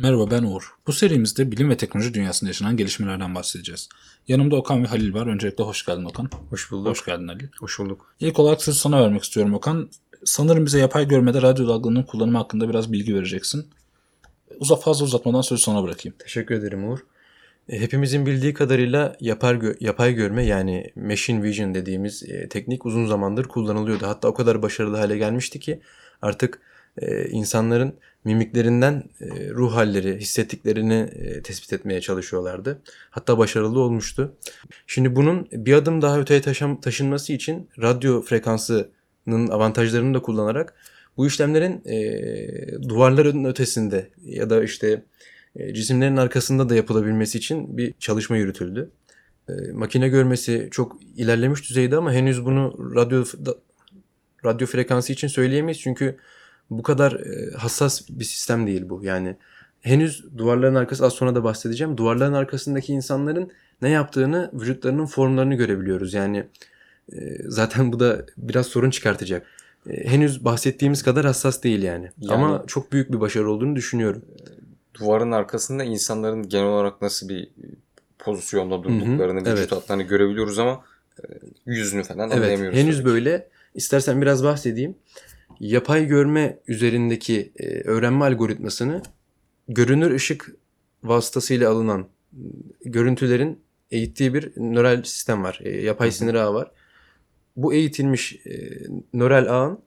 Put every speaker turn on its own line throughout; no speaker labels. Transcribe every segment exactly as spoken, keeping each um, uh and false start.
Merhaba, ben Uğur. Bu serimizde bilim ve teknoloji dünyasında yaşanan gelişmelerden bahsedeceğiz. Yanımda Okan ve Halil var. Öncelikle hoş geldin Okan.
Hoş bulduk.
Hoş geldin Halil.
Hoş bulduk.
İlk olarak sözü sana vermek istiyorum Okan. Sanırım bize yapay görmede radyo dalgalarının kullanımı hakkında biraz bilgi vereceksin. Uza fazla uzatmadan sözü sana bırakayım.
Teşekkür ederim Uğur. E, hepimizin bildiği kadarıyla yapay, gö- yapay görme yani machine vision dediğimiz e, teknik uzun zamandır kullanılıyordu. Hatta o kadar başarılı hale gelmişti ki artık e, insanların mimiklerinden e, ruh halleri, hissettiklerini e, tespit etmeye çalışıyorlardı. Hatta başarılı olmuştu. Şimdi bunun bir adım daha öteye taşım, taşınması için radyo frekansının avantajlarını da kullanarak bu işlemlerin e, duvarların ötesinde ya da işte e, cisimlerin arkasında da yapılabilmesi için bir çalışma yürütüldü. E, makine görmesi çok ilerlemiş düzeyde ama henüz bunu radyo da, radyo frekansı için söyleyemeyiz çünkü bu kadar e, hassas bir sistem değil bu. Yani henüz duvarların arkası, az sonra da bahsedeceğim. Duvarların arkasındaki insanların ne yaptığını, vücutlarının formlarını görebiliyoruz. Yani e, zaten bu da biraz sorun çıkartacak. E, henüz bahsettiğimiz kadar hassas değil yani.
Yani-
Ama çok büyük bir başarı olduğunu düşünüyorum.
Duvarın arkasında insanların genel olarak nasıl bir pozisyonda durduklarını,
Hı hı,
vücut
evet.
hatlarını görebiliyoruz ama e, yüzünü falan
Evet,
anlayamıyoruz.
henüz
tabii ki.
böyle. İstersen biraz bahsedeyim. Yapay görme üzerindeki e, öğrenme algoritmasını görünür ışık vasıtasıyla alınan e, görüntülerin eğittiği bir nöral sistem var. E, yapay
Hı hı.
sinir ağı var. Bu eğitilmiş e, nöral ağın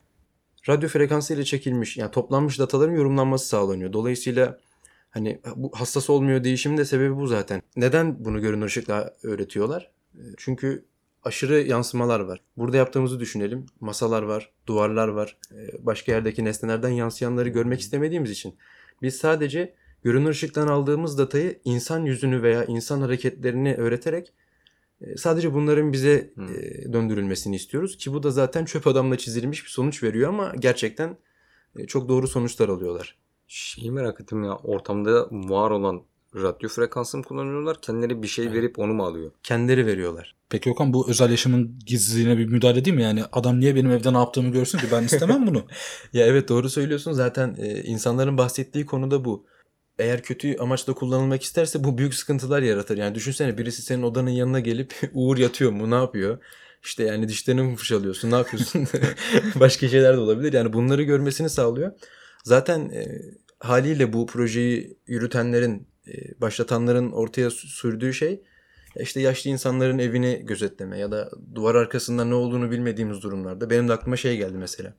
radyo frekansı ile çekilmiş, yani toplanmış dataların yorumlanması sağlanıyor. Dolayısıyla hani bu hassas olmuyor değişimin de sebebi bu zaten. Neden bunu görünür ışıkla öğretiyorlar? E, Çünkü aşırı yansımalar var. Burada yaptığımızı düşünelim. Masalar var, duvarlar var. E, Başka yerdeki nesnelerden yansıyanları görmek istemediğimiz için biz sadece görünür ışıktan aldığımız datayı insan yüzünü veya insan hareketlerini öğreterek e, sadece bunların bize
Hmm.
e, döndürülmesini istiyoruz ki bu da zaten çöp adamla çizilmiş bir sonuç veriyor ama gerçekten e, çok doğru sonuçlar alıyorlar.
Şeyi merak ettim ya, ortamda var olan radyo frekansı mı kullanıyorlar? Kendileri bir şey verip onu mu alıyor?
Kendileri veriyorlar.
Peki Okan, bu özel yaşamın gizliliğine bir müdahale değil mi? Yani adam niye benim evde ne yaptığımı görsün ki? Ben istemem bunu.
Ya evet, doğru söylüyorsun. Zaten e, insanların bahsettiği konu da bu. Eğer kötü amaçla kullanılmak isterse bu büyük sıkıntılar yaratır. Yani düşünsene, birisi senin odanın yanına gelip Uğur yatıyor mu, ne yapıyor? İşte yani dişlerini mi fırçalıyorsun, ne yapıyorsun? Başka şeyler de olabilir. Yani bunları görmesini sağlıyor. Zaten e, haliyle bu projeyi yürütenlerin, e, başlatanların ortaya sürdüğü şey işte yaşlı insanların evini gözetleme ya da duvar arkasında ne olduğunu bilmediğimiz durumlarda. Benim de aklıma şey geldi mesela.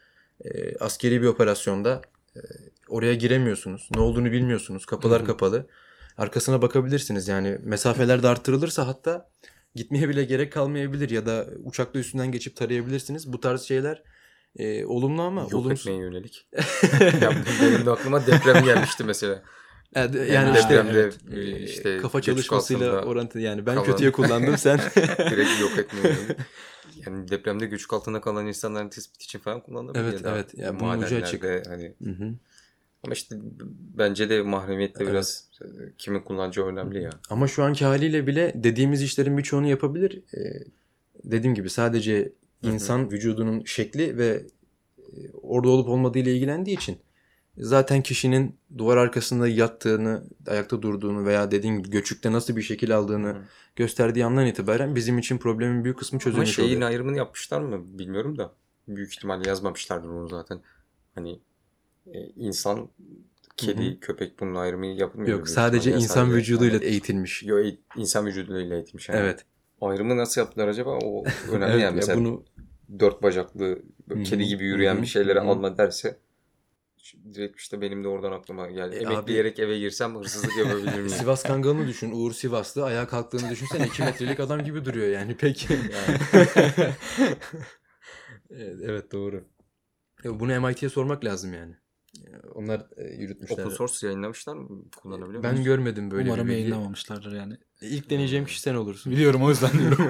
E, askeri bir operasyonda e, oraya giremiyorsunuz. Ne olduğunu bilmiyorsunuz. Kapılar
Hı hı.
kapalı. Arkasına bakabilirsiniz. Yani mesafeler de artırılırsa hatta gitmeye bile gerek kalmayabilir ya da uçakla üstünden geçip tarayabilirsiniz. Bu tarz şeyler e, olumlu ama
Yok
olumsuz.
etmeye yönelik. Ya bu- benim de aklıma deprem gelmişti mesela.
Yani,
Yani
yani işte,
depremde
evet,
e,
e,
işte
kafa
göçük
çalışmasıyla
altında
orantılı. Yani ben
kalan-
kötüye kullandım, sen.
Direkt yok etmeye yönelik. Yani depremde göçük altında kalan insanların tespiti için falan kullanılabilir.
Evet,
ya da
evet. Ya bunun ucu açık.
madenlerde hani.
Hı hı.
Ama işte bence de mahremiyette
Evet.
biraz e, kimin kullanacağı önemli ya.
Ama şu anki haliyle bile dediğimiz işlerin birçoğunu yapabilir. Ee, dediğim gibi sadece
Hı hı.
insan vücudunun şekli ve e, orada olup olmadığı ile ilgilendiği için zaten kişinin duvar arkasında yattığını, ayakta durduğunu veya dediğim gibi göçükte nasıl bir şekil aldığını
Hı hı.
gösterdiği andan itibaren bizim için problemin büyük kısmı
Ama
çözülmüş
şeyin
oluyor.
ayrımını yapmışlar mı bilmiyorum da. Büyük ihtimalle yazmamışlardır onu zaten. Hani e, insan, kedi,
Hı hı.
köpek bunun ayrımı yapılmıyor.
Yok,
büyük
sadece
ihtimalle.
insan
Sadece-
vücuduyla
hani-
eğitilmiş.
Yo, eğ- insan vücuduyla eğitilmiş. Yani.
Evet.
Ayrımı nasıl yaptılar acaba? O önemli
Evet,
yani.
ya
Mesela
bunu
dört bacaklı, böyle
Hı
kedi
hı,
gibi yürüyen
hı
bir
hı,
şeyleri
hı hı.
alma derse direkt işte benim de oradan aklıma geldi.
E,
Emekleyerek eve girsem hırsızlık yapabilir miyim?
Sivas Kangalı'nı düşün. Uğur Sivaslı. Ayağa kalktığını düşünsene. iki metrelik adam gibi duruyor yani. Peki.
Yani.
Evet, evet, doğru. Ya bunu M I T'ye sormak lazım yani. Ya onlar e, yürütmüşler.
Open source yayınlamışlar mı? Kullanabiliyor
Ben
muyuz?
görmedim böyle
Umarım
bir bilgi.
yayınlamamışlardır yani.
İlk deneyeceğim kişi sen olursun.
Biliyorum, o yüzden diyorum.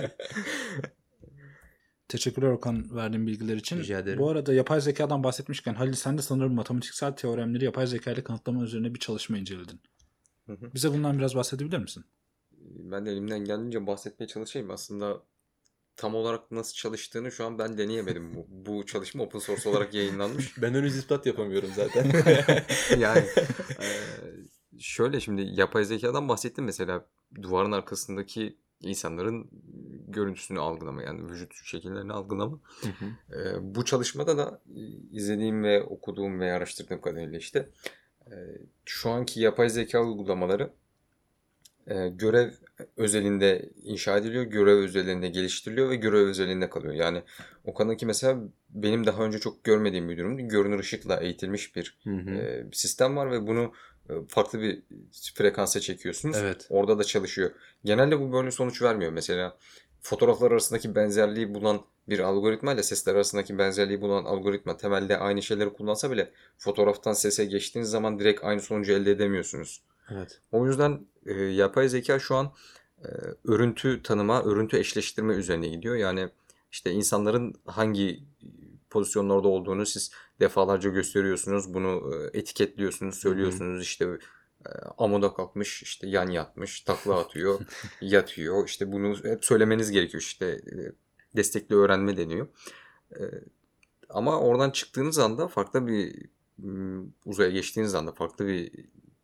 Teşekkürler Okan, verdiğin bilgiler için.
Rica ederim.
Bu arada yapay zekadan bahsetmişken Halil, sen de sanırım matematiksel teoremleri yapay zeka ile kanıtlama üzerine bir çalışma inceledin.
Hı hı.
Bize bundan biraz bahsedebilir misin?
Ben de elimden geldiğince bahsetmeye çalışayım. Aslında tam olarak nasıl çalıştığını şu an ben deneyemedim. Bu, bu çalışma open source olarak yayınlanmış.
Ben henüz ispat yapamıyorum zaten.
Yani e, şöyle şimdi yapay zekadan bahsettim mesela duvarın arkasındaki insanların görüntüsünü algılama yani vücut şekillerini algılama.
Hı hı.
E, bu çalışmada da izlediğim ve okuduğum ve araştırdığım kadarıyla işte e, şu anki yapay zeka uygulamaları e, görev özelinde inşa ediliyor, görev özelinde geliştiriliyor ve görev özelinde kalıyor. Yani o kanalki mesela benim daha önce çok görmediğim bir durumdu. Görünür ışıkla eğitilmiş bir
Hı hı.
e, bir sistem var ve bunu e, farklı bir frekansa çekiyorsunuz.
Evet.
Orada da çalışıyor. Genelde bu böyle sonuç vermiyor. Mesela fotoğraflar arasındaki benzerliği bulan bir algoritma ile sesler arasındaki benzerliği bulan algoritma temelde aynı şeyleri kullansa bile fotoğraftan sese geçtiğiniz zaman direkt aynı sonucu elde edemiyorsunuz.
Evet.
O yüzden e, yapay zeka şu an e, örüntü tanıma, örüntü eşleştirme üzerine gidiyor. Yani işte insanların hangi pozisyonlarda olduğunu siz defalarca gösteriyorsunuz. Bunu e, etiketliyorsunuz, söylüyorsunuz. Hı hı. İşte e, amuda kalkmış, işte yan yatmış, takla atıyor, yatıyor. İşte bunu hep söylemeniz gerekiyor. İşte e, destekli öğrenme deniyor. E, ama oradan çıktığınız anda farklı bir uzaya geçtiğiniz anda farklı bir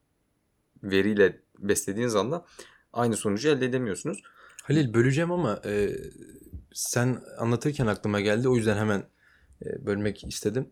veriyle beslediğiniz anda aynı sonucu elde edemiyorsunuz.
Halil böleceğim ama e, sen anlatırken aklıma geldi. O yüzden hemen e, bölmek istedim.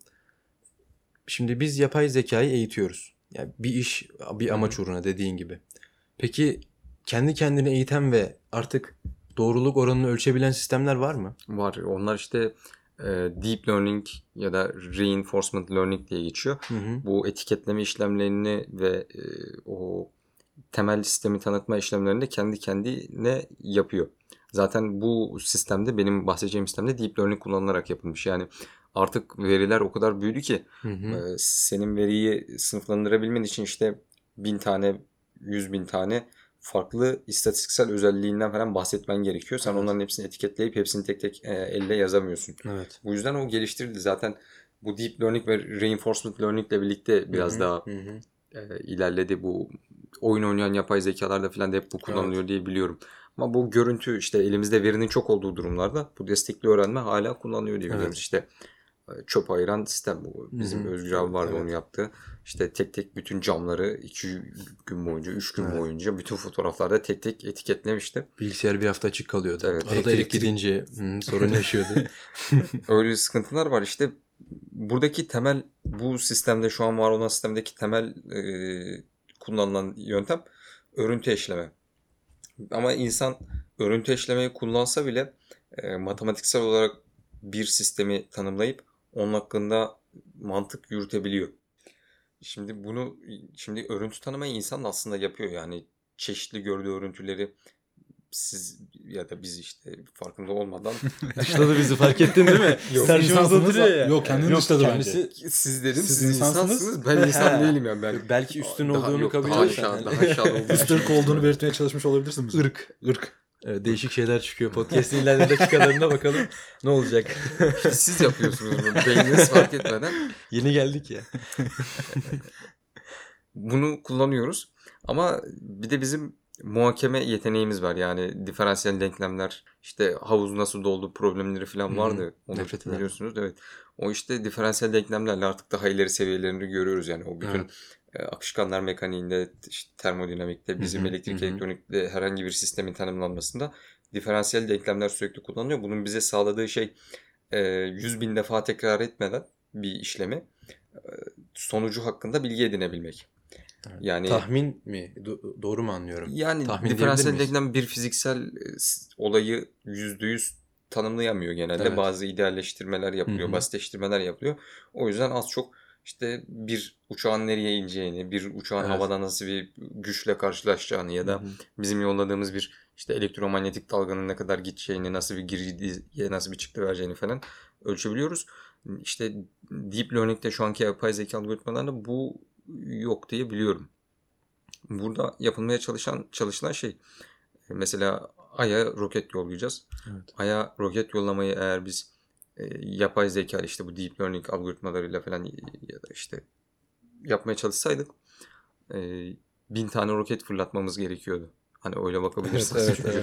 Şimdi biz yapay zekayı eğitiyoruz. Yani bir iş, bir amaç uğruna dediğin gibi. Peki kendi kendine eğiten ve artık doğruluk oranını ölçebilen sistemler var mı?
Var. Onlar işte e, deep learning ya da reinforcement learning diye geçiyor.
Hı hı.
Bu etiketleme işlemlerini ve e, o temel sistemi tanıtma işlemlerini de kendi kendine yapıyor. Zaten bu sistemde benim bahsedeceğim sistemde deep learning kullanılarak yapılmış. Yani artık veriler o kadar büyüdü ki
Hı hı.
e, senin veriyi sınıflandırabilmen için işte bin tane, yüz bin tane farklı istatistiksel özelliğinden falan bahsetmen gerekiyor. Sen
Evet.
onların hepsini etiketleyip hepsini tek tek e, elle yazamıyorsun.
Evet.
Bu yüzden o geliştirildi. Zaten bu deep learning ve reinforcement learning ile birlikte biraz
Hı hı.
daha
Hı hı.
e, ilerledi. Bu oyun oynayan yapay zekalarda falan da hep bu kullanılıyor
Evet.
diye biliyorum. Ama bu görüntü işte elimizde verinin çok olduğu durumlarda bu destekli öğrenme hala kullanılıyor diye biliyoruz.
Evet.
İşte e, çöp ayıran sistem bu. Bizim
Hı hı.
Özgür abi vardı
Evet.
onu yaptı. İşte tek tek bütün camları iki gün boyunca, üç gün
Evet.
boyunca bütün fotoğraflarda tek tek etiketlemişti.
Bilgisayar bir hafta açık kalıyordu.
Evet.
Arada elektrik gidince hı, sorun yaşıyordu.
Öyle sıkıntılar var. İşte buradaki temel bu sistemde şu an var olan sistemdeki temel e, kullanılan yöntem örüntü eşleme. Ama insan örüntü eşlemeyi kullansa bile e, matematiksel olarak bir sistemi tanımlayıp onun hakkında mantık yürütebiliyor. Şimdi bunu şimdi örüntü tanımayı insan da aslında yapıyor. Yani çeşitli gördüğü örüntüleri siz ya da biz işte farkında olmadan
Dışladı bizi, fark ettin değil mi?
Yok,
Karşımızda
insansınız
oturuyor
da-
ya.
yok, kendini dışladı bence.
siz dedim
Siz
siz,
insansınız.
insansınız. Ben insan değilim yani ben.
Belki üstün
Daha-
olduğunu
yok,
kabul
daha
ediyorsan.
aşağı, daha aşağıda olduğunu
Üst ırk olduğunu belirtmeye çalışmış olabilirsiniz.
Irk.
Irk.
Evet, değişik şeyler çıkıyor. Podcast'in ilerleyen dakikalarında bakalım ne olacak.
İşte siz yapıyorsunuz bunu. Beyniniz fark etmeden.
Yeni geldik ya.
Bunu kullanıyoruz. Ama bir de bizim muhakeme yeteneğimiz var. Yani diferansiyel denklemler, işte havuz nasıl doldu problemleri falan vardı. Onu
Nefret ederim.
biliyorsunuz. Evet. O işte diferansiyel denklemlerle artık daha ileri seviyelerini görüyoruz. Yani o bütün
Evet.
e, akışkanlar mekaniğinde, işte termodinamikte, bizim
Hı hı,
elektrik
hı hı.
elektronikte herhangi bir sistemin tanımlanmasında diferansiyel denklemler sürekli kullanılıyor. Bunun bize sağladığı şey e, yüz bin defa tekrar etmeden bir işlemi e, sonucu hakkında bilgi edinebilmek. Yani
Tahmin mi? Do- doğru mu anlıyorum?
yani
Tahmin
diferansiyel
edebilir miyiz?
denklem bir fiziksel e, s- olayı yüzde yüz tanımlayamıyor genelde.
Evet.
Bazı idealleştirmeler yapılıyor,
Hı hı.
basitleştirmeler yapılıyor. O yüzden az çok işte bir uçağın nereye ineceğini, bir uçağın
Evet.
havada nasıl bir güçle karşılaşacağını ya da
Hı hı.
bizim yolladığımız bir işte elektromanyetik dalganın ne kadar gideceğini, nasıl bir giriye nasıl bir çıktı vereceğini falan ölçebiliyoruz. İşte deep learning'de şu anki yapay zeka algoritmalarında bu yok diye biliyorum. Burada yapılmaya çalışan çalışılan şey mesela Ay'a roket yollayacağız.
Evet.
Ay'a roket yollamayı eğer biz e, yapay zeka işte bu deep learning algoritmalarıyla falan ya da işte yapmaya çalışsaydık e, bin tane roket fırlatmamız gerekiyordu. Hani öyle bakabilirsiniz.
Evet,
Çünkü
evet.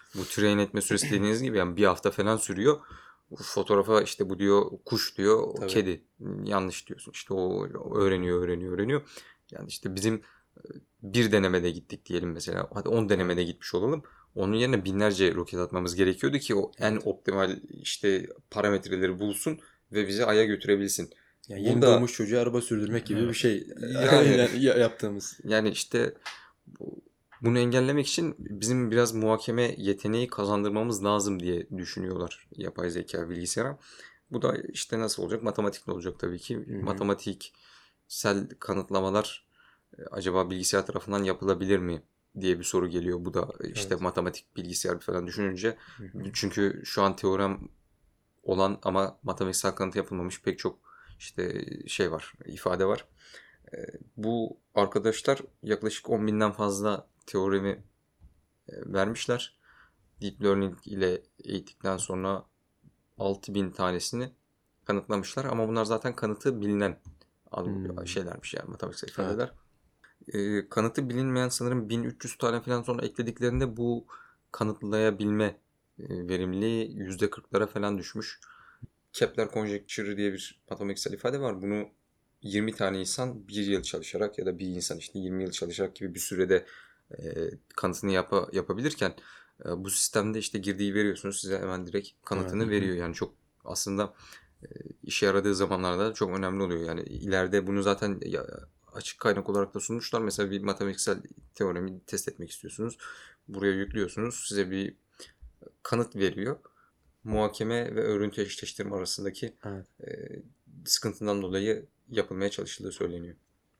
Bu train etme süresi dediğiniz gibi yani bir hafta falan sürüyor. Bu fotoğrafa işte bu diyor kuş diyor, o
Tabii.
kedi. Yanlış diyorsun. İşte o öğreniyor, öğreniyor, öğreniyor. Yani işte bizim bir denemede gittik diyelim mesela. Hadi on denemede gitmiş olalım. Onun yerine binlerce roket atmamız gerekiyordu ki o en optimal işte parametreleri bulsun ve bizi Ay'a götürebilsin.
Yani yeni
Burada-
doğmuş çocuğa araba sürdürmek gibi bir şey
Yani-
yani ya- yaptığımız.
Yani işte bu- bunu engellemek için bizim biraz muhakeme yeteneği kazandırmamız lazım diye düşünüyorlar yapay zeka bilgisayara. Bu da işte nasıl olacak? Matematikle olacak tabii ki.
Hı hı.
Matematiksel kanıtlamalar e, acaba bilgisayar tarafından yapılabilir mi diye bir soru geliyor. Bu da işte
Evet.
matematik, bilgisayar falan düşününce.
Hı hı.
Çünkü şu an teorem olan ama matematiksel kanıtı yapılmamış pek çok işte şey var, ifade var. E, Bu arkadaşlar yaklaşık on binden fazla teoremi e, vermişler. Deep Learning ile eğittikten sonra altı bin tanesini kanıtlamışlar. Ama bunlar zaten kanıtı bilinen
Hmm.
şeylermiş yani matematiksel ifadeler. E, kanıtı bilinmeyen sanırım bin üç yüz tane falan sonra eklediklerinde bu kanıtlayabilme e, verimliliği yüzde kırklara falan düşmüş. Kepler conjecture diye bir matematiksel ifade var. Bunu yirmi tane insan bir yıl çalışarak ya da bir insan işte yirmi yıl çalışarak gibi bir sürede e, kanıtını yapa, yapabilirken e, bu sistemde işte girdiği veriyorsunuz size hemen direkt kanıtını
Evet.
veriyor. Yani çok aslında e, işe yaradığı zamanlarda çok önemli oluyor. Yani ileride bunu zaten ya, açık kaynak olarak da sunmuşlar. Mesela bir matematiksel teoremi test etmek istiyorsunuz. Buraya yüklüyorsunuz. Size bir kanıt veriyor. Muhakeme ve örüntü eşleştirme arasındaki
Evet.
e, sıkıntından dolayı yapılmaya çalışıldığı söyleniyor.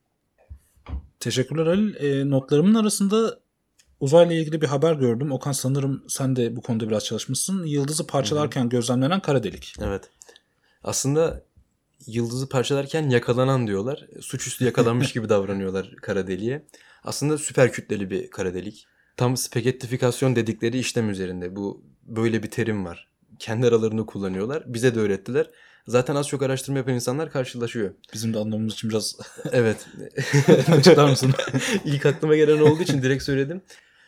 Teşekkürler Halil. E, notlarımın arasında uzayla ilgili bir haber gördüm. Okan sanırım sen de bu konuda biraz çalışmışsın. Yıldızı parçalarken gözlemlenen kara delik.
Evet. Aslında yıldızı parçalarken yakalanan diyorlar. Suçüstü yakalanmış gibi davranıyorlar kara deliğe. Aslında süper kütleli bir kara delik. Tam spagettifikasyon dedikleri işlem üzerinde. Bu böyle bir terim var. Kendi aralarını kullanıyorlar. Bize de öğrettiler. Zaten az çok araştırma yapan insanlar karşılaşıyor.
Bizim de anlamamız için biraz
Evet.
açıklar mısın?
İlk aklıma gelen olduğu için direkt söyledim.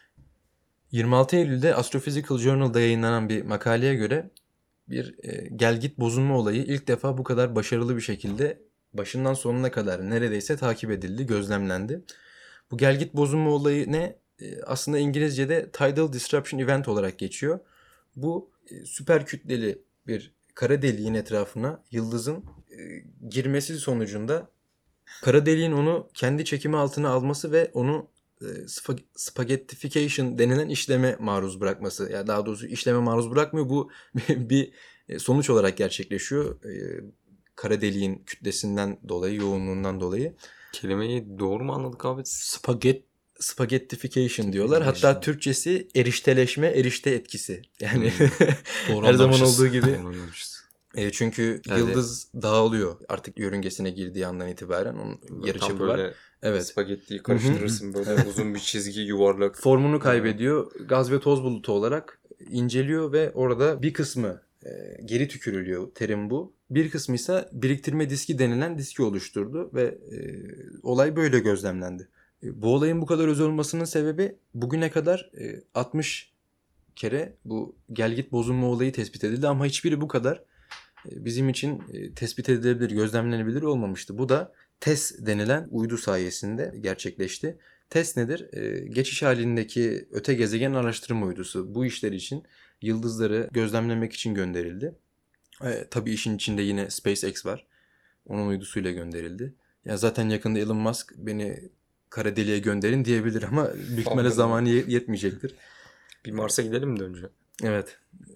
yirmi altı Eylül'de Astrophysical Journal'da yayınlanan bir makaleye göre bir e, gelgit bozulma olayı ilk defa bu kadar başarılı bir şekilde başından sonuna kadar neredeyse takip edildi, gözlemlendi. Bu gelgit bozulma olayı ne? E, aslında İngilizce'de Tidal Disruption Event olarak geçiyor. Bu e, süper kütleli bir kara deliğin etrafına yıldızın e, girmesi sonucunda kara deliğin onu kendi çekimi altına alması ve onu e, spa- spaghettification denilen işleme maruz bırakması. Ya yani daha doğrusu işleme maruz bırakmıyor. Bu bir sonuç olarak gerçekleşiyor. E, kara deliğin kütlesinden dolayı, yoğunluğundan dolayı.
Kelimeyi doğru mu anladık abi?
Spaget
Spaghettification diyorlar. Hatta Türkçesi erişteleşme, erişte etkisi. Yani
Doğru
her zaman
anlamışız.
olduğu gibi.
Doğru anlamışız.
E, çünkü
Evet.
yıldız dağılıyor artık yörüngesine girdiği andan itibaren. Onun yarı
Tam
çapı
böyle
var. Evet.
spagettiyi karıştırırsın böyle uzun bir çizgi yuvarlak.
Formunu kaybediyor. Gaz ve toz bulutu olarak inceliyor ve orada bir kısmı e, geri tükürülüyor, terim bu. Bir kısmı ise biriktirme diski denilen diski oluşturdu ve e, olay böyle gözlemlendi. E, bu olayın bu kadar özel olmasının sebebi bugüne kadar e, altmış kere bu gelgit bozulma olayı tespit edildi ama hiçbiri bu kadar e, bizim için e, tespit edilebilir, gözlemlenebilir olmamıştı. Bu da TESS denilen uydu sayesinde gerçekleşti. TESS nedir? E, geçiş halindeki öte gezegen araştırma uydusu. Bu işler için yıldızları gözlemlemek için gönderildi. E, tabii işin içinde yine SpaceX var. Onun uydusuyla gönderildi. Ya zaten yakında Elon Musk beni kara deliğe gönderin diyebilir ama büyük ihtimalle
Anladım.
zamanı ye- yetmeyecektir.
Bir Mars'a gidelim mi de önce?
Evet.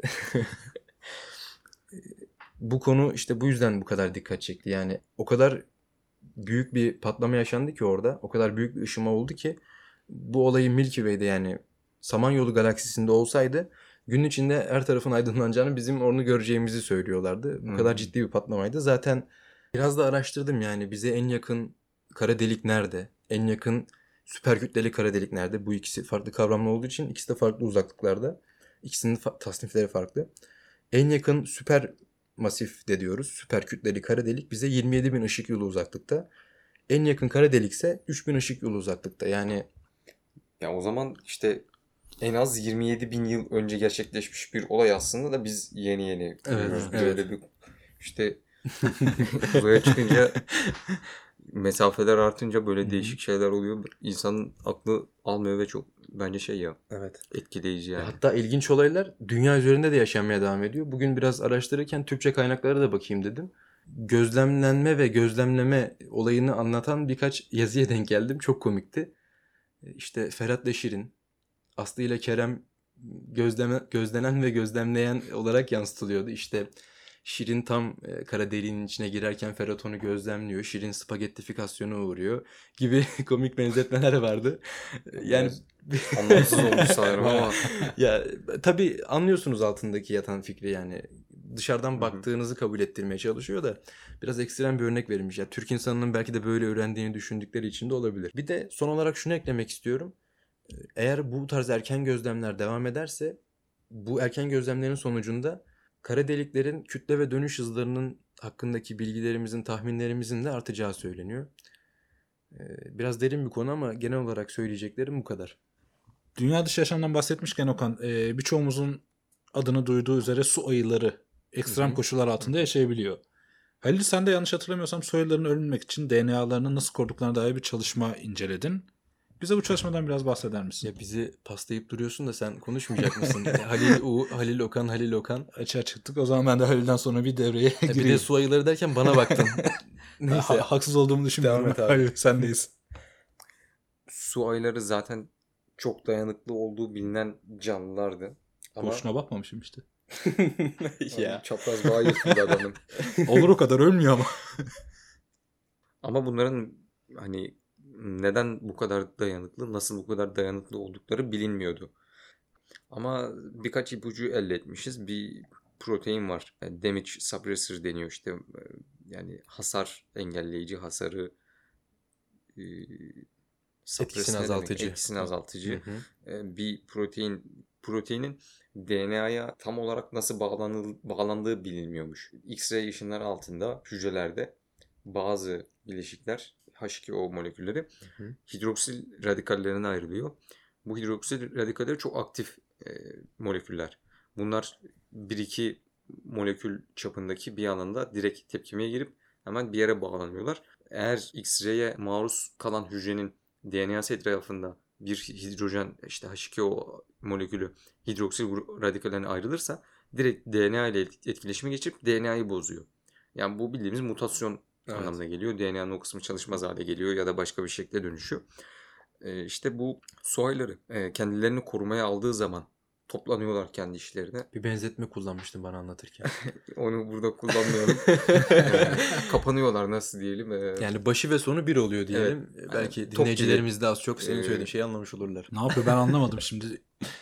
Bu konu işte bu yüzden bu kadar dikkat çekti. Yani o kadar büyük bir patlama yaşandı ki orada. O kadar büyük bir ışıma oldu ki bu olayı Milky Way'de yani Samanyolu galaksisinde olsaydı gün içinde her tarafın aydınlanacağını, bizim onu göreceğimizi söylüyorlardı. Bu
Hmm.
kadar ciddi bir patlamaydı. Zaten biraz da araştırdım yani bize en yakın kara delik nerede? En yakın süper kütleli kara delik nerede? Bu ikisi farklı kavramlar olduğu için ikisi de farklı uzaklıklarda. İkisinin fa- tasnifleri farklı. En yakın süper masif de diyoruz. Süper kütleli kara delik bize yirmi yedi bin ışık yılı uzaklıkta. En yakın kara delik ise üç bin ışık yılı uzaklıkta. Yani
Ya o zaman işte en az yirmi yedi bin yıl önce gerçekleşmiş bir olay aslında da biz yeni yeni görüyoruz.
evet.
Böyle bir işte uzaya çıkınca mesafeler artınca böyle değişik şeyler oluyor. İnsanın aklı almıyor ve çok bence şey ya
Evet.
etkileyici yani.
Hatta ilginç olaylar dünya üzerinde de yaşanmaya devam ediyor. Bugün biraz araştırırken Türkçe kaynaklara da bakayım dedim. Gözlemlenme ve gözlemleme olayını anlatan birkaç yazıya denk geldim. Çok komikti. İşte Ferhat Şirin, Aslı ile Kerem gözleme, gözlenen ve gözlemleyen olarak yansıtılıyordu. İşte Şirin tam e, kara deliğinin içine girerken Ferhat onu gözlemliyor. Şirin spagettifikasyona uğruyor gibi komik benzetmeler vardı. Yani
Anlamsız olmuş sanırım ama.
Ya tabii anlıyorsunuz altındaki yatan fikri yani. Dışarıdan
Hı hı.
baktığınızı kabul ettirmeye çalışıyor da biraz ekstrem bir örnek verilmiş. Ya Türk insanının belki de böyle öğrendiğini düşündükleri için de olabilir. Bir de son olarak şunu eklemek istiyorum. Eğer bu tarz erken gözlemler devam ederse bu erken gözlemlerin sonucunda kara deliklerin kütle ve dönüş hızlarının hakkındaki bilgilerimizin, tahminlerimizin de artacağı söyleniyor. Biraz derin bir konu ama genel olarak söyleyeceklerim bu kadar.
Dünya dışı yaşamdan bahsetmişken Okan, e, birçoğumuzun adını duyduğu üzere su ayıları ekstrem
Hı hı.
koşullar altında yaşayabiliyor. Halil, sen de yanlış hatırlamıyorsam su ayılarını ölmemek için D N A'larını nasıl koruduklarına dair bir çalışma inceledin. Bize bu çalışmadan biraz bahseder misin?
Ya bizi paslayıp duruyorsun da sen konuşmayacak mısın? Halil U, Halil Okan, Halil Okan.
Açığa çıktık. O zaman ben de Halil'den sonra bir devreye
E,
gireyim.
bir de su ayıları derken bana baktın. Neyse.
Ha- haksız olduğumu düşünmüyorum.
Devam et abi.
Halil, sendeyiz.
Su ayıları zaten çok dayanıklı olduğu bilinen canlılardı. Ama
Boşuna bakmamışım işte.
ya.
çapraz bağ yırtıldı adamın.
Olur o kadar, ölmüyor ama.
Ama bunların hani neden bu kadar dayanıklı, nasıl bu kadar dayanıklı oldukları bilinmiyordu. Ama birkaç ipucu elde etmişiz. Bir protein var. Yani damage suppressor deniyor işte. Yani hasar engelleyici, hasarı e, suppress
Etkisini
ne demek?
azaltıcı.
Etkisini azaltıcı.
Hı hı.
E, bir protein proteinin D N A'ya tam olarak nasıl bağlanıl, bağlandığı bilinmiyormuş. X-ray ışınları altında hücrelerde bazı bileşikler H iki O molekülleri
hı.
hidroksil radikallerine ayrılıyor. Bu hidroksil radikalleri çok aktif e, moleküller. Bunlar bir iki molekül çapındaki bir alanda direkt tepkimeye girip hemen bir yere bağlanıyorlar. Eğer X-ray'e maruz kalan hücrenin D N A'sı etrafında bir hidrojen işte H iki O molekülü hidroksil radikallerine ayrılırsa direkt D N A ile etkileşime geçip D N A'yı bozuyor. Yani bu bildiğimiz mutasyon
Evet.
anlamına geliyor. D N A'nın o kısmı çalışmaz hale geliyor ya da başka bir şekilde dönüşüyor. Ee, işte bu su ayıları e, kendilerini korumaya aldığı zaman toplanıyorlar kendi işlerine.
Bir benzetme kullanmıştın bana anlatırken.
Onu burada kullanmıyorum. Ee, kapanıyorlar nasıl diyelim. Ee,
Yani başı ve sonu bir oluyor diyelim.
Evet.
Belki
Yani top
dinleyicilerimiz de az çok senin
Ee,
söylediğin şeyi anlamış olurlar.
Ne yapıyor ben anlamadım şimdi.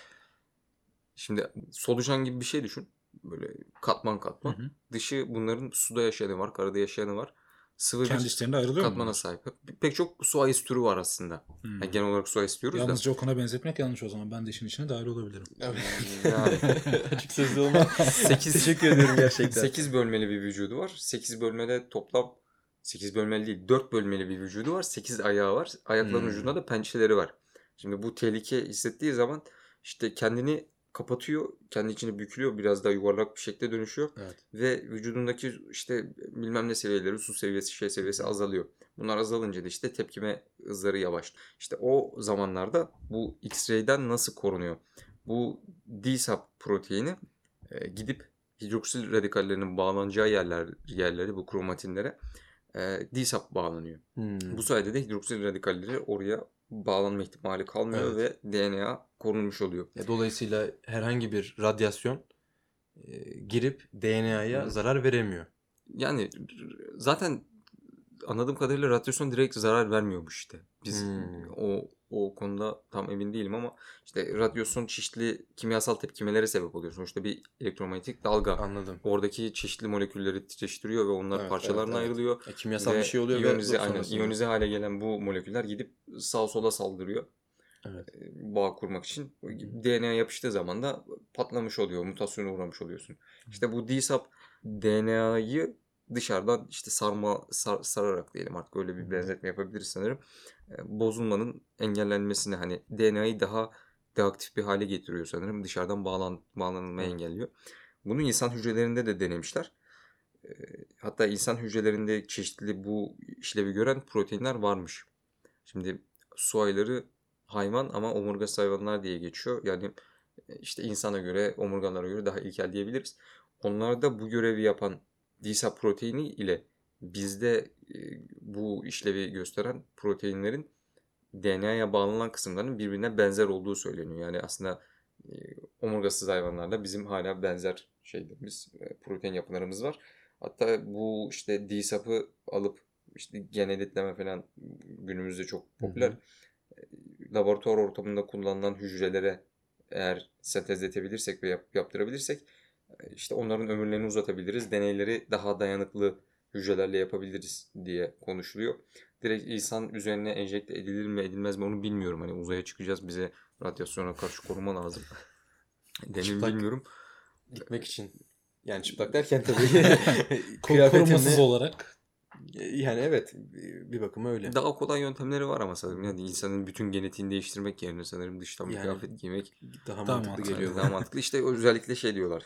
Şimdi solucan gibi bir şey düşün. Böyle katman katman.
Hı hı.
Dışı bunların suda yaşayanı var, karada yaşayanı var. Sıvı
Kendi
bir
işlerinde ayrılıyor mu
katmana
bunlar?
sahip. Pek çok su ayısı türü var aslında.
Hmm.
Yani genel olarak su ayısı diyoruz
Yalnızca Okan'a benzetmek yanlış o zaman. Ben de işin içine dahil olabilirim.
da. Yani
Açık sözlü olmak.
sekiz
Teşekkür ediyorum gerçekten.
sekiz bölmeli bir vücudu var. sekiz bölmede toplam sekiz bölmeli değil dört bölmeli bir vücudu var. sekiz ayağı var. Ayakların
Hmm.
ucunda da pençeleri var. Şimdi bu tehlike hissettiği zaman işte kendini kapatıyor. Kendi içine bükülüyor. Biraz daha yuvarlak bir şekilde dönüşüyor.
Evet.
Ve vücudundaki işte bilmem ne seviyeleri, su seviyesi, şey seviyesi azalıyor. Bunlar azalınca da işte tepkime hızları yavaşlıyor. İşte o zamanlarda bu X-ray'den nasıl korunuyor? Bu D S A P proteini e, gidip hidroksil radikallerinin bağlanacağı yerler yerleri bu kromatinlere e, D S A P bağlanıyor.
Hmm.
Bu sayede de hidroksil radikalleri oraya bağlanma ihtimali kalmıyor ve D N A korunmuş oluyor.
E, Dolayısıyla herhangi bir radyasyon e, girip D N A'ya
Hı.
zarar veremiyor.
Yani zaten anladığım kadarıyla radyasyon direkt zarar vermiyormuş işte. Biz
Hmm.
o o konuda tam emin değilim ama işte radyasyon çeşitli kimyasal tepkimelere sebep oluyor. Sonuçta bir elektromanyetik dalga.
Anladım.
Oradaki çeşitli molekülleri titreştiriyor ve onlar
Evet,
parçalarına
evet, evet.
ayrılıyor.
E, kimyasal
Ve
bir şey oluyor
iyonize,
ve
aynen,
sonrasında-
iyonize hale gelen bu moleküller gidip sağa sola saldırıyor.
Evet.
Bağ kurmak için. D N A yapıştığı zaman da patlamış oluyor. Mutasyona uğramış oluyorsun. İşte bu D S A P D N A'yı dışarıdan işte sarma sar, sararak diyelim artık öyle bir benzetme yapabiliriz sanırım. E, bozulmanın engellenmesini hani D N A'yı daha deaktif bir hale getiriyor sanırım. Dışarıdan bağlan, bağlanılmayı engelliyor. Bunu insan hücrelerinde de denemişler. Hatta insan hücrelerinde çeşitli bu işlevi gören proteinler varmış. Şimdi su ayıları hayvan ama omurgasız hayvanlar diye geçiyor. Yani işte insana göre, omurgalara göre daha ilkel diyebiliriz. Onlarda bu görevi yapan D I S A proteini ile bizde bu işlevi gösteren proteinlerin D N A'ya bağlanan kısımların birbirine benzer olduğu söyleniyor. Yani aslında omurgasız hayvanlarla bizim hala benzer şeylerimiz, protein yapılarımız var. Hatta bu işte D I S A P'ı alıp işte gen editleme falan günümüzde çok popüler. Hı hı. Laboratuvar ortamında kullanılan hücrelere eğer sentezletebilirsek ve yap, yaptırabilirsek işte onların ömürlerini uzatabiliriz. Deneyleri daha dayanıklı hücrelerle yapabiliriz diye konuşuluyor. Direkt insan üzerine enjekte edilir mi edilmez mi onu bilmiyorum. Hani uzaya çıkacağız, bize radyasyona karşı koruma lazım. Deneyim bilmiyorum.
Gitmek için. Yani çıplak derken tabii
korumasız olarak.
Yani evet, bir bakıma öyle.
Daha kolay yöntemleri var ama sanırım. Yani insanın bütün genetiğini değiştirmek yerine sanırım dıştan bir yani, kıyafet giymek
daha,
daha
mantıklı geliyor.
Daha mantıklı. İşte özellikle şey diyorlar.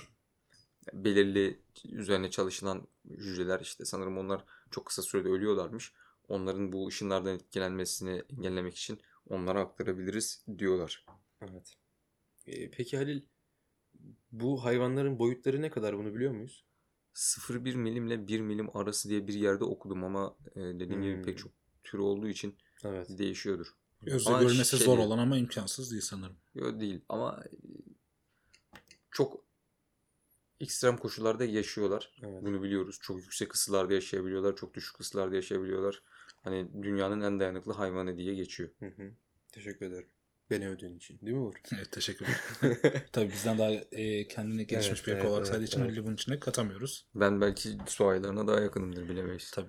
Belirli üzerine çalışılan hücreler işte sanırım onlar çok kısa sürede ölüyorlarmış. Onların bu ışınlardan etkilenmesini engellemek için onlara aktarabiliriz diyorlar.
Evet. Ee, peki Halil, bu hayvanların boyutları ne kadar, bunu biliyor muyuz?
sıfır virgül bir milimle bir milim arası diye bir yerde okudum ama dediğim hmm. gibi pek çok tür olduğu için evet. değişiyordur.
Gözle görmesi şey zor değil. olan ama imkansız değil sanırım.
Yok değil ama çok ekstrem koşullarda yaşıyorlar. Evet. Bunu biliyoruz. Çok yüksek ısılarda yaşayabiliyorlar. Çok düşük ısılarda yaşayabiliyorlar. Hani dünyanın en dayanıklı hayvanı diye geçiyor.
Hı hı. Teşekkür ederim. Beni övdüğün için. Değil mi Uğur?
Evet, teşekkür ederim. Tabii bizden daha e, kendine gelişmiş evet, bir eko olarak evet, sadece evet, için evet. Halil'i bunun içine katamıyoruz.
Ben belki su ayılarına daha yakınımdır, bilemeyiz.
Tabii.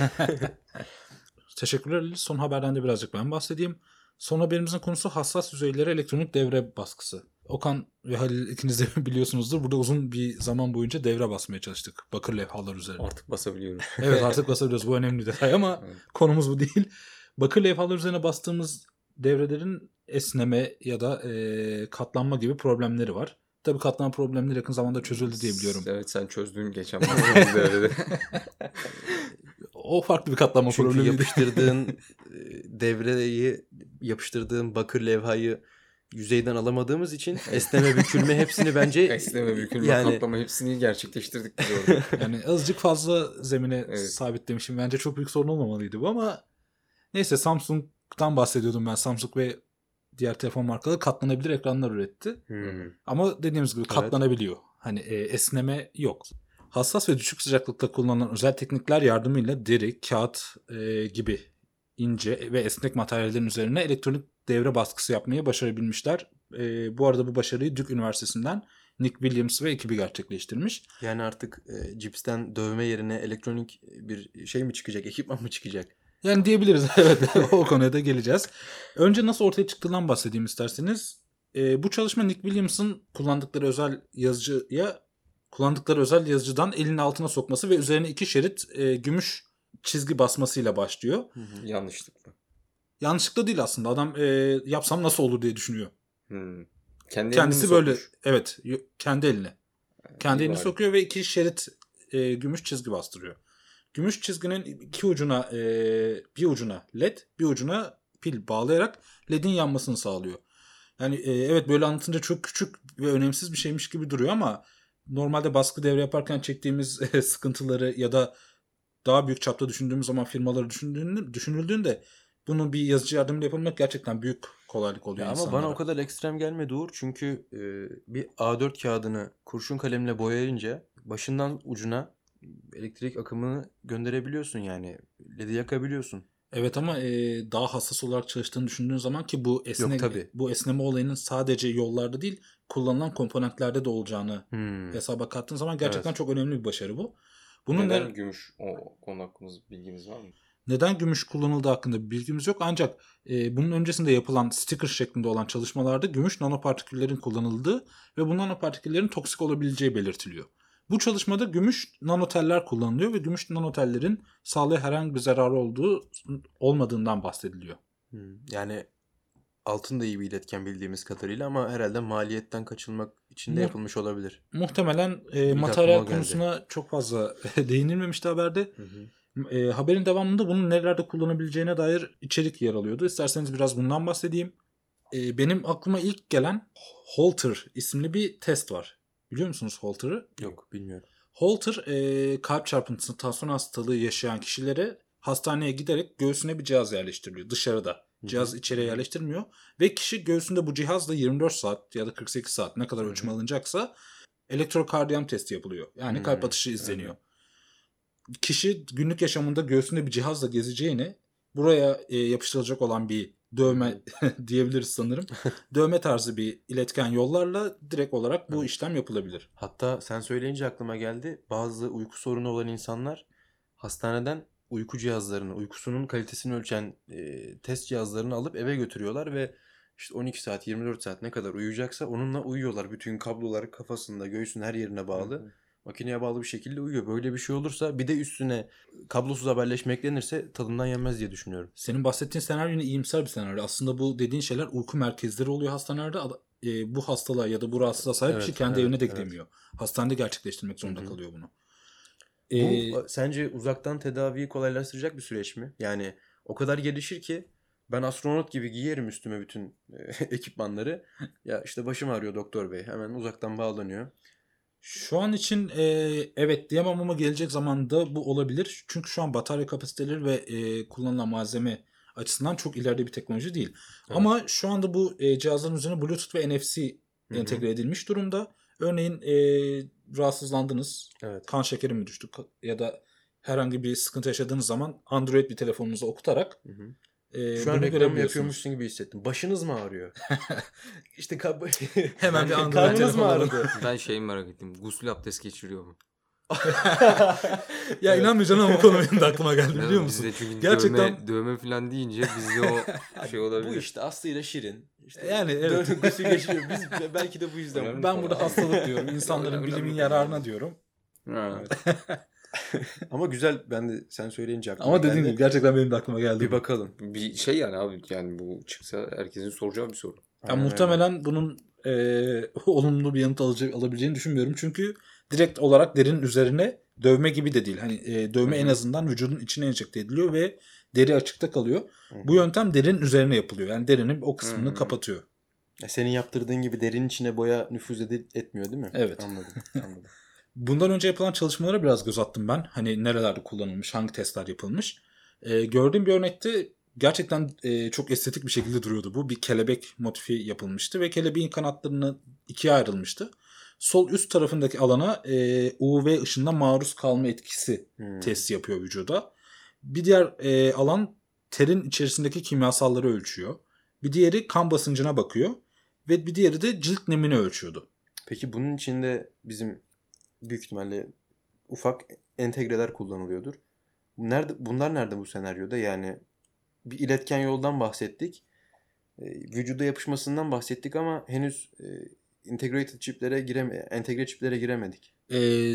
Teşekkürler Halil. Son haberden de birazcık ben bahsedeyim. Son haberimizin konusu hassas yüzeylere elektronik devre baskısı. Okan ve Halil ikiniz de biliyorsunuzdur. Burada uzun bir zaman boyunca devre basmaya çalıştık. Bakır levhalar üzerine.
Artık basabiliyoruz.
Evet, artık basabiliyoruz. Bu önemli detay ama evet. konumuz bu değil. Bakır levhalar üzerine bastığımız devrelerin esneme ya da e, katlanma gibi problemleri var. Tabii katlanma problemleri yakın zamanda çözüldü diye biliyorum.
Evet, sen çözdün geçen devrede.
O farklı bir katlanma
Çünkü
problemi.
yapıştırdığın devreyi, yapıştırdığın bakır levhayı yüzeyden alamadığımız için esneme, bükülme hepsini bence
esneme, bükülme, yani, katlama hepsini gerçekleştirdik biz orada.
Yani azıcık fazla zemine evet. sabitlemişim. Bence çok büyük sorun olmamalıydı bu ama neyse, Samsung'dan bahsediyordum ben. Samsung ve diğer telefon markaları katlanabilir ekranlar üretti. Hmm. Ama dediğimiz gibi katlanabiliyor. Evet. Hani e, esneme yok. Hassas ve düşük sıcaklıkta kullanılan özel teknikler yardımıyla deri, kağıt e, gibi ince ve esnek materyallerin üzerine elektronik devre baskısı yapmayı başarabilmişler. E, bu arada bu başarıyı Duke Üniversitesi'nden Nick Williams ve ekibi gerçekleştirmiş.
Yani artık e, cipsten dövme yerine elektronik bir şey mi çıkacak, ekipman mı çıkacak?
Yani diyebiliriz. Evet, o konuya da geleceğiz. Önce nasıl ortaya çıktığından bahsedeyim isterseniz. E, bu çalışma Nick Williams'ın kullandıkları özel yazıcıya kullandıkları özel yazıcıdan elinin altına sokması ve üzerine iki şerit e, gümüş çizgi basmasıyla başlıyor.
Hı hı. Yanlışlıkla.
Yanlışlıkla değil aslında. Adam e, yapsam nasıl olur diye düşünüyor.
Hmm. Kendi
Kendisi böyle sokmuş. Evet, kendi eline. Kendi elini sokuyor ve iki şerit e, gümüş çizgi bastırıyor. Gümüş çizginin iki ucuna e, bir ucuna led, bir ucuna pil bağlayarak ledin yanmasını sağlıyor. Yani e, evet, böyle anlatınca çok küçük ve önemsiz bir şeymiş gibi duruyor ama normalde baskı devre yaparken çektiğimiz e, sıkıntıları ya da daha büyük çapta düşündüğümüz zaman firmaları düşündüğünde, düşünüldüğünde bunun bir yazıcı yardımıyla yapılmak gerçekten büyük kolaylık oluyor
ya
insanlara.
Ama bana o kadar ekstrem gelmedi Uğur. Çünkü e, bir A dört kağıdını kurşun kalemle boyayınca başından ucuna elektrik akımını gönderebiliyorsun yani. Ledi yakabiliyorsun.
Evet ama e, daha hassas olarak çalıştığını düşündüğün zaman ki bu esne Yok, bu esneme olayının sadece yollarda değil, kullanılan komponentlerde de olacağını hmm. hesaba kattığın zaman gerçekten evet. çok önemli bir başarı bu.
Bunun neden ne, gümüş o konu hakkında bilginiz var mı?
Neden gümüş kullanıldığı hakkında bir bilgimiz yok ancak e, bunun öncesinde yapılan sticker şeklinde olan çalışmalarda gümüş nanopartiküllerin kullanıldığı ve bu nanopartiküllerin toksik olabileceği belirtiliyor. Bu çalışmada gümüş nanoteller kullanılıyor ve gümüş nanotellerin sağlığa herhangi bir zararı olduğu olmadığından bahsediliyor.
Hmm. Yani altın da iyi bir iletken bildiğimiz kadarıyla ama herhalde maliyetten kaçınmak için de
Mu-
yapılmış olabilir.
Muhtemelen e,
İlk
materyal
aklıma o geldi.
konusuna çok fazla değinilmemişti haberde.
Hı hı.
E, haberin devamında bunun nelerde kullanabileceğine dair içerik yer alıyordu. İsterseniz biraz bundan bahsedeyim. E, benim aklıma ilk gelen Holter isimli bir test var. Biliyor musunuz Holter'ı?
Yok, bilmiyorum.
Holter e, kalp çarpıntısı, tansiyon hastalığı yaşayan kişilere hastaneye giderek göğsüne bir cihaz yerleştiriliyor dışarıda. Cihaz içeriye yerleştirilmiyor ve kişi göğsünde bu cihazla yirmi dört saat ya da kırk sekiz saat ne kadar ölçüm alınacaksa elektrokardiyom testi yapılıyor. Yani
Hı-hı.
kalp atışı izleniyor. Hı-hı. Kişi günlük yaşamında göğsünde bir cihazla gezeceğine buraya e, yapıştırılacak olan bir dövme diyebiliriz sanırım. Dövme tarzı bir iletken yollarla direkt olarak bu evet. işlem yapılabilir.
Hatta sen söyleyince aklıma geldi. Bazı uyku sorunu olan insanlar hastaneden uyku cihazlarını, uykusunun kalitesini ölçen e, test cihazlarını alıp eve götürüyorlar ve işte on iki saat, yirmi dört saat ne kadar uyuyacaksa onunla uyuyorlar. Bütün kablolar kafasında, göğsünün her yerine bağlı. Hı hı. Makineye bağlı bir şekilde uyuyor. Böyle bir şey olursa bir de üstüne kablosuz haberleşme eklenirse tadından yenmez diye düşünüyorum.
Senin bahsettiğin senaryo yine iyimser bir senaryo. Aslında bu dediğin şeyler uyku merkezleri oluyor hastanelerde. E, bu hastalığa ya da bu rahatsızlığa sahip evet, kişi kendi evet, evine de gidemiyor. Evet. Hastanede gerçekleştirmek zorunda Hı-hı. kalıyor bunu.
Bu ee, sence uzaktan tedaviyi kolaylaştıracak bir süreç mi? Yani o kadar gelişir ki ben astronot gibi giyerim üstüme bütün e, ekipmanları. Ya işte başım ağrıyor doktor bey. Hemen uzaktan bağlanıyor.
Şu an için e, evet diyemem ama gelecek zamanda bu olabilir. Çünkü şu an batarya kapasiteleri ve e, kullanılan malzeme açısından çok ileride bir teknoloji değil. Evet. Ama şu anda bu e, cihazların üzerine Bluetooth ve N F C Hı-hı. entegre edilmiş durumda. Örneğin e, rahatsızlandınız, evet. kan şekeri mi düştü ya da herhangi bir sıkıntı yaşadığınız zaman Android bir telefonunuza okutarak
Hı-hı. E, Şu an reklam yapıyormuşsun gibi hissettim. Başınız mı ağrıyor? işte kab-
hemen bir Android
karnınız mı ağrıdı?
Ben şeyi merak ettim. Gusül abdest geçiriyor mu?
ya inanmayacaksın ama bu konu benim de aklıma geldi biliyor
evet,
musun?
Bizde çünkü gerçekten dövme, dövme falan deyince bizde o şey olabilir.
Bu işte Aslı ile Şirin. İşte
yani evet.
Gusül geçiriyor. Biz belki de bu yüzden.
Ben, ben burada hastalık diyorum. İnsanların bilimin yararına diyorum.
Evet. Ama güzel, ben de sen söyleyince aklıma
Ama
geldi.
dediğin gibi gerçekten benim de aklıma geldi.
Bir bakalım.
Bir şey yani abi yani bu çıksa herkesin soracağı bir soru.
Yani muhtemelen öyle. Bunun e, olumlu bir yanıt alacak, alabileceğini düşünmüyorum. Çünkü direkt olarak derinin üzerine dövme gibi de değil. Hani e, dövme Hı-hı. en azından vücudun içine enjekte ediliyor ve deri açıkta kalıyor. Hı-hı. Bu yöntem derinin üzerine yapılıyor. Yani derinin o kısmını Hı-hı. kapatıyor.
Ya senin yaptırdığın gibi derinin içine boya nüfuz ed- etmiyor değil mi?
Evet.
Anladım. Anladım.
Bundan önce yapılan çalışmalara biraz göz attım ben. Hani nerelerde kullanılmış, hangi testler yapılmış. E, gördüğüm bir örnekte gerçekten e, çok estetik bir şekilde duruyordu bu. Bir kelebek motifi yapılmıştı ve kelebeğin kanatlarını ikiye ayrılmıştı. Sol üst tarafındaki alana e, U V ışığına maruz kalma etkisi hmm. testi yapıyor vücuda. Bir diğer e, alan terin içerisindeki kimyasalları ölçüyor. Bir diğeri kan basıncına bakıyor. Ve bir diğeri de cilt nemini ölçüyordu.
Peki bunun içinde bizim büyük ihtimalle ufak entegreler kullanılıyordur. Nerede, bunlar nerede bu senaryoda? Yani bir iletken yoldan bahsettik. E, vücuda yapışmasından bahsettik ama henüz e, integrated çiplere gireme, entegre çiplere giremedik.
E,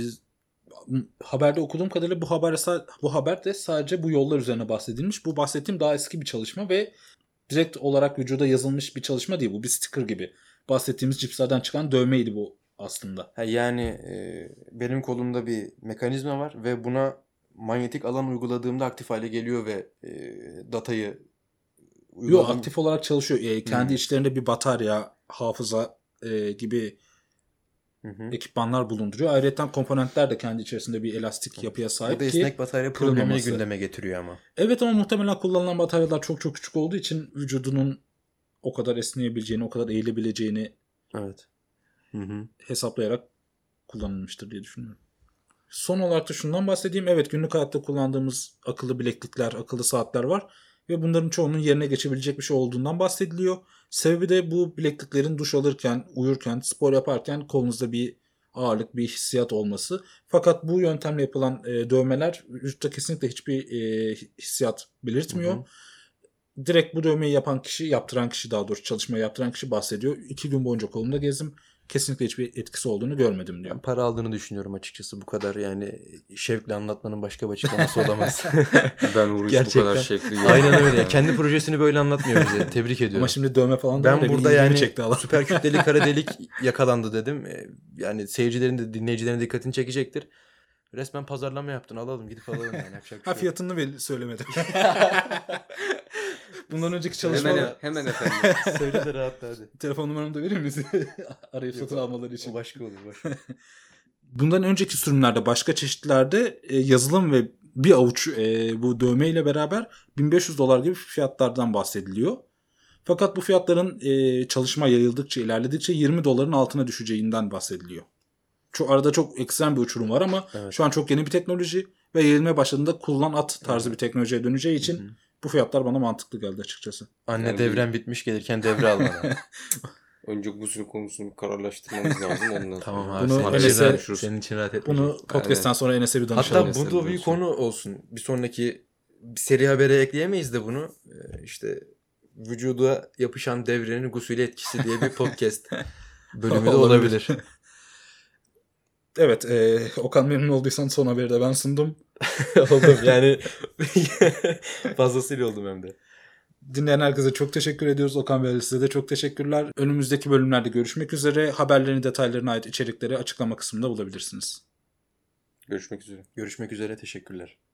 haberde okuduğum kadarıyla bu haber bu haberde sadece bu yollar üzerine bahsedilmiş. Bu bahsettiğim daha eski bir çalışma ve direkt olarak vücuda yazılmış bir çalışma değil. Bu bir sticker gibi. Bahsettiğimiz cipslerden çıkan dövmeydi bu aslında.
Ha, yani e, benim kolumda bir mekanizma var ve buna manyetik alan uyguladığımda aktif hale geliyor ve e, datayı
uyguladığım... Yok, aktif olarak çalışıyor. E, kendi hmm. içlerinde bir batarya, hafıza e, gibi hı hı. ekipmanlar bulunduruyor. Ayrıca komponentler de kendi içerisinde bir elastik yapıya sahip.
Bu da esnek batarya problemini gündeme getiriyor ama.
Evet ama muhtemelen kullanılan bataryalar çok çok küçük olduğu için vücudunun o kadar esneyebileceğini, o kadar eğilebileceğini
evet. Hı hı.
hesaplayarak kullanılmıştır diye düşünüyorum. Son olarak da şundan bahsedeyim. Evet, günlük hayatta kullandığımız akıllı bileklikler, akıllı saatler var. Ve bunların çoğunun yerine geçebilecek bir şey olduğundan bahsediliyor. Sebebi de bu bilekliklerin duş alırken, uyurken, spor yaparken kolunuzda bir ağırlık, bir hissiyat olması. Fakat bu yöntemle yapılan e, dövmeler vücutta kesinlikle hiçbir e, hissiyat belirtmiyor. Hı hı. Direkt bu dövmeyi yapan kişi, yaptıran kişi daha doğrusu çalışmayı yaptıran kişi bahsediyor. İki gün boyunca kolumda gezdim kesinlikle hiçbir etkisi olduğunu görmedim diyor.
Ben para aldığını düşünüyorum açıkçası. Bu kadar yani şevkle anlatmanın başka bir açıklaması olamaz.
Ben Uğur'u bu kadar şevkli.
Aynen öyle. Yani. Kendi projesini böyle anlatmıyor bize. Tebrik ediyorum.
Ama şimdi dövme falan
da ben burada yani
çekti
süper kütleli kara delik yakalandı dedim. Yani seyircilerin de dinleyicilerin dikkatini çekecektir. Resmen pazarlama yaptın. Alalım gidip alalım yani. Yapacak bir
ha
şey
fiyatını bile söylemedim. Bundan önceki çalışmalar...
Hemen, hemen efendim.
Söyle de rahatla hadi.
Telefon numaramı da verir misin? Arayıp satın almaları için.
O başka olur. Başka.
Bundan önceki sürümlerde başka çeşitlerde e, yazılım ve bir avuç e, bu dövme ile beraber bin beş yüz dolar gibi fiyatlardan bahsediliyor. Fakat bu fiyatların e, çalışma yayıldıkça, ilerledikçe yirmi doların altına düşeceğinden bahsediliyor. Şu arada çok ekstrem bir uçurum var ama evet. Şu an çok yeni bir teknoloji ve yayılmaya başladığında kullan at tarzı evet. bir teknolojiye döneceği için Hı-hı. bu fiyatlar bana mantıklı geldi açıkçası.
Anne yani devren bitmiş gelirken devre almadan.
Önce gusül konusunu kararlaştırmamız lazım. Ondan
tamam abi. Bunu senin, Enes'e, senin için rahat etmeyeceğim.
Bunu podcast'tan sonra Enes'e bir danışalım.
Hatta bu da bir konu olsun. Bir sonraki bir seri habere ekleyemeyiz de bunu. Ee, işte vücuda yapışan devrenin gusül etkisi diye bir podcast bölümü de olabilir.
Evet. E, Okan memnun olduysan son haberi de ben sundum.
Oldum yani. Fazlasıyla oldum hem de.
Dinleyen herkese çok teşekkür ediyoruz. Okan Bey size de çok teşekkürler. Önümüzdeki bölümlerde görüşmek üzere. Haberlerin detaylarına ait içerikleri açıklama kısmında bulabilirsiniz.
Görüşmek üzere.
Görüşmek üzere. Teşekkürler.